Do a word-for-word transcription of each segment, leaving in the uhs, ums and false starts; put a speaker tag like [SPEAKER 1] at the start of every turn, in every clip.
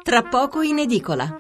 [SPEAKER 1] tra poco in edicola.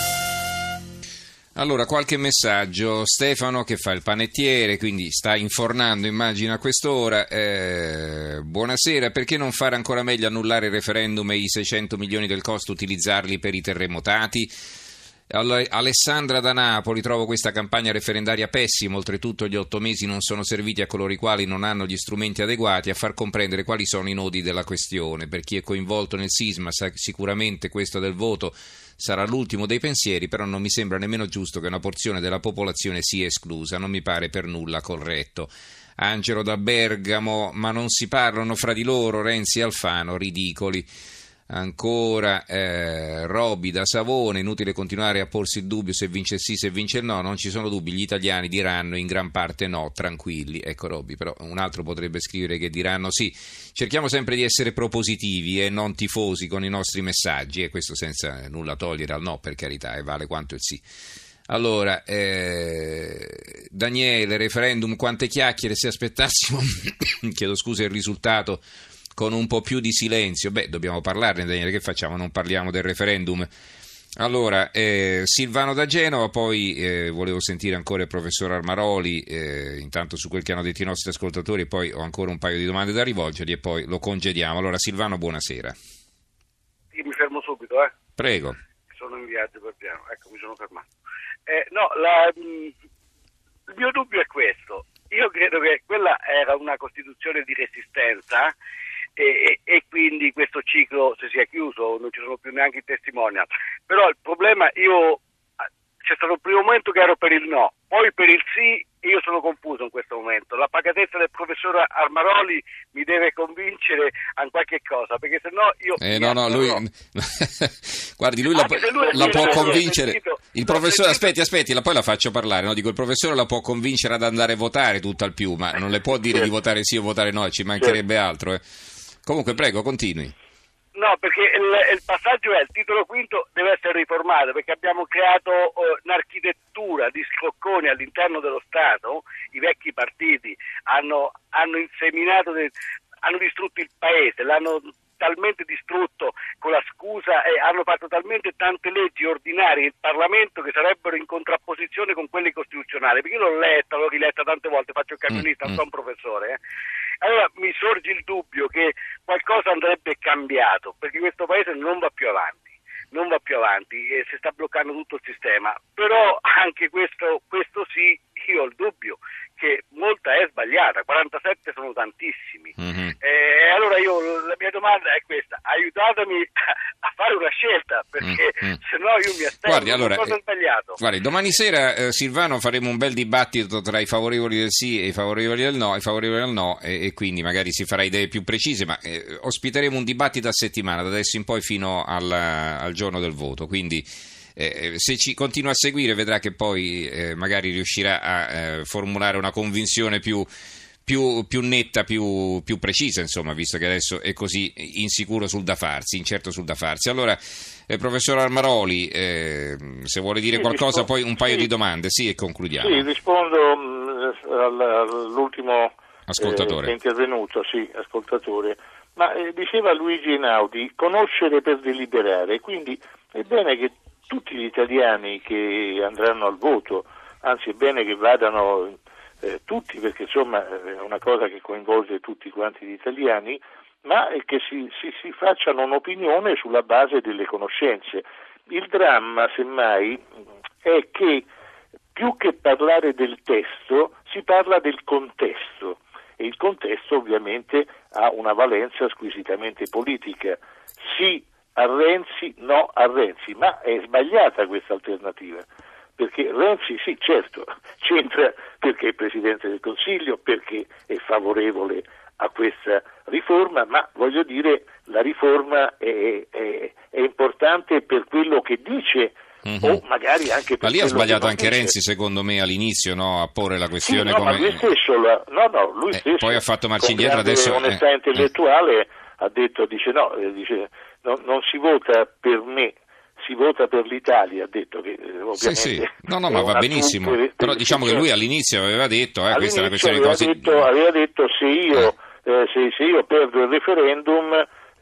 [SPEAKER 2] Allora, qualche messaggio. Stefano che fa il panettiere, quindi sta infornando, immagino, a quest'ora. Eh, buonasera, perché non fare ancora meglio annullare il referendum e i seicento milioni del costo utilizzarli per i terremotati? Allora, Alessandra da Napoli: trovo questa campagna referendaria pessima, oltretutto gli otto mesi non sono serviti a coloro i quali non hanno gli strumenti adeguati a far comprendere quali sono i nodi della questione. Per chi è coinvolto nel sisma sa sicuramente questo del voto sarà l'ultimo dei pensieri, però non mi sembra nemmeno giusto che una porzione della popolazione sia esclusa, non mi pare per nulla corretto. Angelo da Bergamo: ma non si parlano fra di loro Renzi e Alfano, ridicoli. Ancora eh, Roby da Savone: inutile continuare a porsi il dubbio se vince il sì, se vince il no, non ci sono dubbi, gli italiani diranno in gran parte no, tranquilli. Ecco Roby, però un altro potrebbe scrivere che diranno sì. Cerchiamo sempre di essere propositivi e non tifosi con i nostri messaggi, e questo senza nulla togliere al no, per carità, e vale quanto il sì. Allora, eh, Daniele: referendum, quante chiacchiere, se aspettassimo chiedo scusa il risultato con un po' più di silenzio. Beh, dobbiamo parlarne, Daniele, che facciamo? Non parliamo del referendum? Allora, eh, Silvano da Genova, poi eh, volevo sentire ancora il professor Armaroli, eh, intanto su quel che hanno detto i nostri ascoltatori, e poi ho ancora un paio di domande da rivolgergli e poi lo congediamo. Allora, Silvano, buonasera.
[SPEAKER 3] Io mi fermo subito, eh.
[SPEAKER 2] Prego.
[SPEAKER 3] Sono in viaggio per piano, ecco, mi sono fermato. Eh, no, la, mh, il mio dubbio è questo. Io credo che quella era una Costituzione di resistenza, E, e, e quindi questo ciclo si sia chiuso, non ci sono più neanche i testimonial. Però il problema, io c'è stato un primo momento che ero per il no, poi per il sì, e io sono confuso in questo momento. La pacatezza del professor Armaroli mi deve convincere a qualche cosa, perché se no io
[SPEAKER 2] eh no no lui guardi, lui la,
[SPEAKER 3] lui
[SPEAKER 2] la può convincere
[SPEAKER 3] sentito,
[SPEAKER 2] il professore, aspetti aspetti la, poi la faccio parlare, no? Dico, il professore la può convincere ad andare a votare tutto al più, ma non le può dire di votare sì o votare no, ci mancherebbe altro, eh. Comunque, prego, continui.
[SPEAKER 3] No, perché il, il passaggio è: il titolo quinto deve essere riformato, perché abbiamo creato uh, un'architettura di scrocconi all'interno dello Stato. I vecchi partiti hanno, hanno inseminato, de, hanno distrutto il paese, l'hanno talmente distrutto con la scusa, e hanno fatto talmente tante leggi ordinarie in Parlamento che sarebbero in contrapposizione con quelle costituzionali, perché io l'ho letta, l'ho riletta tante volte, faccio il camionista, non sono un professore, eh. Allora mi sorge il dubbio che qualcosa andrebbe cambiato, perché questo paese non va più avanti, non va più avanti e si sta bloccando tutto il sistema. Però anche questo, questo sì, io ho il dubbio che molta è sbagliata, quarantasette sono tantissimi. Mm-hmm. E allora io, la mia domanda è questa: aiutatemi a fare una scelta, perché mm-hmm. se no io mi astengo.
[SPEAKER 2] Guardi, allora,
[SPEAKER 3] cosa è sbagliato.
[SPEAKER 2] Guardi, domani sera, eh, Silvano, faremo un bel dibattito tra i favorevoli del sì e i favorevoli del no, i favorevoli del no, e, e quindi magari si farà idee più precise, ma eh, ospiteremo un dibattito a settimana, da adesso in poi fino al, al giorno del voto, quindi Eh, se ci continua a seguire vedrà che poi eh, magari riuscirà a eh, formulare una convinzione più, più, più netta, più, più precisa, insomma, visto che adesso è così insicuro sul da farsi, incerto sul da farsi. Allora, eh, professor Armaroli, eh, se vuole dire sì, qualcosa, rispondo, poi un paio sì, di domande, sì, e concludiamo.
[SPEAKER 4] Sì, rispondo mh, all'ultimo ascoltatore eh, intervenuto, sì, ascoltatore. Ma eh, diceva Luigi Einaudi, conoscere per deliberare, quindi è bene che tutti gli italiani che andranno al voto, anzi è bene che vadano eh, tutti, perché insomma è una cosa che coinvolge tutti quanti gli italiani, ma è che si, si, si facciano un'opinione sulla base delle conoscenze. Il dramma, semmai, è che più che parlare del testo si parla del contesto, e il contesto ovviamente ha una valenza squisitamente politica. Sì a Renzi, no a Renzi, ma è sbagliata questa alternativa, perché Renzi sì, certo, c'entra perché è Presidente del Consiglio, perché è favorevole a questa riforma, ma voglio dire, la riforma è, è, è importante per quello che dice, mm-hmm. o magari anche per
[SPEAKER 2] ma lì ha sbagliato anche
[SPEAKER 4] dice.
[SPEAKER 2] Renzi, secondo me, all'inizio, no, a porre la questione
[SPEAKER 4] sì, no,
[SPEAKER 2] come...
[SPEAKER 4] ma lui stesso, la... no, no, lui
[SPEAKER 2] eh,
[SPEAKER 4] stesso
[SPEAKER 2] poi ha fatto marcia
[SPEAKER 4] con
[SPEAKER 2] indietro, adesso
[SPEAKER 4] onestà
[SPEAKER 2] eh,
[SPEAKER 4] intellettuale eh. ha detto, dice no, eh, dice no, non si vota per me, si vota per l'Italia, ha detto che eh, ovviamente
[SPEAKER 2] sì, sì. No, no, ma va benissimo, per, però diciamo che lui all'inizio aveva detto eh, questa è una questione
[SPEAKER 4] aveva
[SPEAKER 2] di cose...
[SPEAKER 4] detto, aveva detto se io, eh. Eh, se, se io perdo il referendum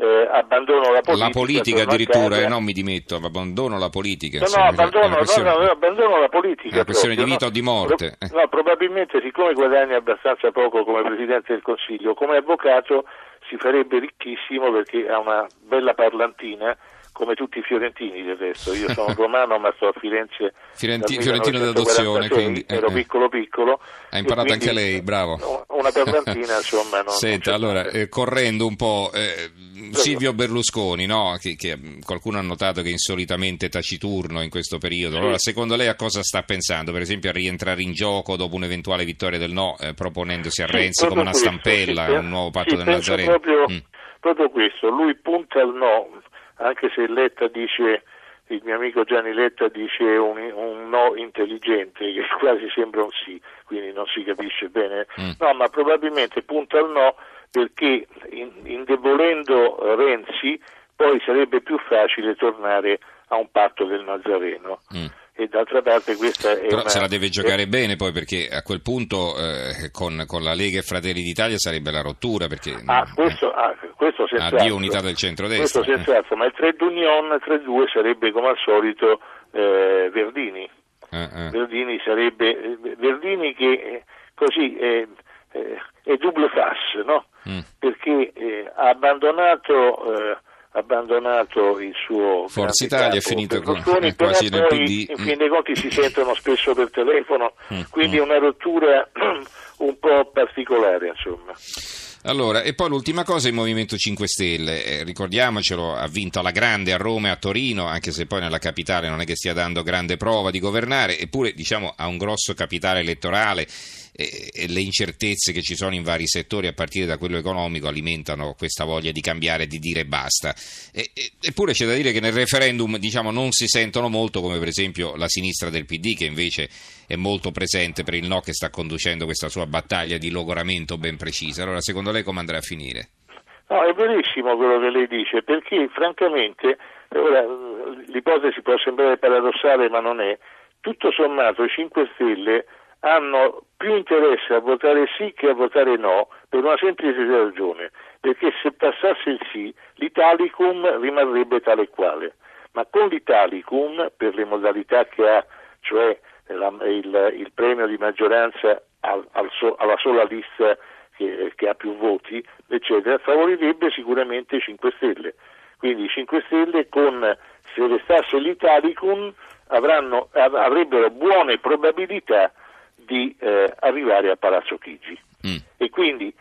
[SPEAKER 4] Eh, abbandono la politica,
[SPEAKER 2] la politica addirittura, e eh, non mi dimetto, abbandono la politica.
[SPEAKER 4] No, no, abbandono,
[SPEAKER 2] questione,
[SPEAKER 4] no, no, abbandono la politica.
[SPEAKER 2] È una questione
[SPEAKER 4] proprio,
[SPEAKER 2] di vita
[SPEAKER 4] no?
[SPEAKER 2] o di morte.
[SPEAKER 4] Pro, no, probabilmente, siccome guadagna abbastanza poco come Presidente del Consiglio, come avvocato si farebbe ricchissimo perché ha una bella parlantina, come tutti i fiorentini del resto. Io sono romano ma sto a Firenze
[SPEAKER 2] Fiorenti, fiorentino d'adozione, quindi
[SPEAKER 4] ero eh, piccolo piccolo.
[SPEAKER 2] Ha imparato anche lei, bravo.
[SPEAKER 4] Una parlantina insomma. Non,
[SPEAKER 2] Senta,
[SPEAKER 4] non
[SPEAKER 2] allora, eh, correndo un po', eh, Silvio Berlusconi, no? che, che qualcuno ha notato che è insolitamente taciturno in questo periodo. Allora, sì. Secondo lei a cosa sta pensando? Per esempio a rientrare in gioco dopo un'eventuale vittoria del no, eh, proponendosi a sì, Renzi come una
[SPEAKER 4] questo,
[SPEAKER 2] stampella,
[SPEAKER 4] sì,
[SPEAKER 2] un nuovo patto
[SPEAKER 4] sì,
[SPEAKER 2] del Nazareno?
[SPEAKER 4] Proprio,
[SPEAKER 2] mm.
[SPEAKER 4] proprio questo, lui punta al no. Anche se Letta dice, il mio amico Gianni Letta dice un, un no intelligente, che quasi sembra un sì, quindi non si capisce bene. Mm. No, ma probabilmente punta al no perché in, indebolendo Renzi poi sarebbe più facile tornare a un patto del Nazareno. Mm. E d'altra parte questa è
[SPEAKER 2] però
[SPEAKER 4] una,
[SPEAKER 2] se la deve giocare
[SPEAKER 4] è...
[SPEAKER 2] bene poi, perché a quel punto eh, con, con la Lega e Fratelli d'Italia sarebbe la rottura, perché
[SPEAKER 4] ah, questo, ah, questo senz'altro,
[SPEAKER 2] addio unità del centrodestra,
[SPEAKER 4] questo senz'altro, eh. Ma il tre d'Union tre due sarebbe come al solito eh, Verdini eh, eh. Verdini sarebbe Verdini che eh, così è, eh, è double face, no? Mm. Perché eh, ha abbandonato eh, abbandonato il suo
[SPEAKER 2] Forza Italia, è finito con,
[SPEAKER 4] Berlusconi,
[SPEAKER 2] quasi
[SPEAKER 4] però
[SPEAKER 2] nel
[SPEAKER 4] poi
[SPEAKER 2] P D.
[SPEAKER 4] in fin dei conti si sentono spesso per telefono,
[SPEAKER 2] mm,
[SPEAKER 4] quindi
[SPEAKER 2] mm.
[SPEAKER 4] una rottura un po' particolare, insomma.
[SPEAKER 2] Allora, e poi l'ultima cosa, il Movimento cinque Stelle, eh, ricordiamocelo, ha vinto alla grande a Roma e a Torino, anche se poi nella capitale non è che stia dando grande prova di governare, eppure diciamo ha un grosso capitale elettorale e, e le incertezze che ci sono in vari settori a partire da quello economico alimentano questa voglia di cambiare, di dire basta. E, e, eppure c'è da dire che nel referendum diciamo non si sentono molto, come per esempio la sinistra del P D, che invece è molto presente per il no, che sta conducendo questa sua battaglia di logoramento ben precisa. Allora, secondo lei come andrà a finire?
[SPEAKER 4] No, è verissimo quello che lei dice, perché francamente, ora, l'ipotesi può sembrare paradossale ma non è, tutto sommato i cinque Stelle hanno più interesse a votare sì che a votare no, per una semplice ragione, perché se passasse il sì l'Italicum rimarrebbe tale e quale, ma con l'Italicum, per le modalità che ha, cioè la, il, il premio di maggioranza al, al so, alla sola lista che, che ha più voti, eccetera, favorirebbe sicuramente i cinque Stelle. Quindi i cinque Stelle, con, se restasse l'Italicum, avranno, avrebbero buone probabilità di eh, arrivare a Palazzo Chigi. Mm. E quindi,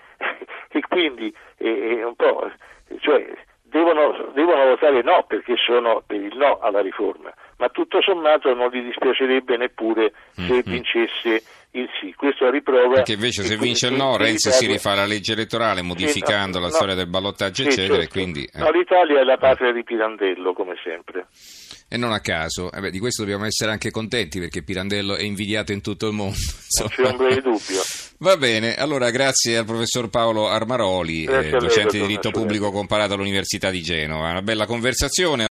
[SPEAKER 4] e quindi eh, un po', cioè, devono, devono votare no perché sono per il no alla riforma, ma tutto sommato non gli dispiacerebbe neppure se mm-hmm. vincesse il sì. Questo a riprova
[SPEAKER 2] perché invece se vince il no Renzi si rifà la legge elettorale modificando sì, no, la no, storia del ballottaggio sì, eccetera certo. E quindi, eh.
[SPEAKER 4] no, l'Italia è la patria di Pirandello come sempre.
[SPEAKER 2] E non a caso, eh beh, di questo dobbiamo essere anche contenti perché Pirandello è invidiato in tutto il mondo.
[SPEAKER 4] Non c'è ombra di dubbio.
[SPEAKER 2] Va bene, allora grazie al professor Paolo Armaroli, eh, docente di diritto pubblico comparato all'Università di Genova. Una bella conversazione.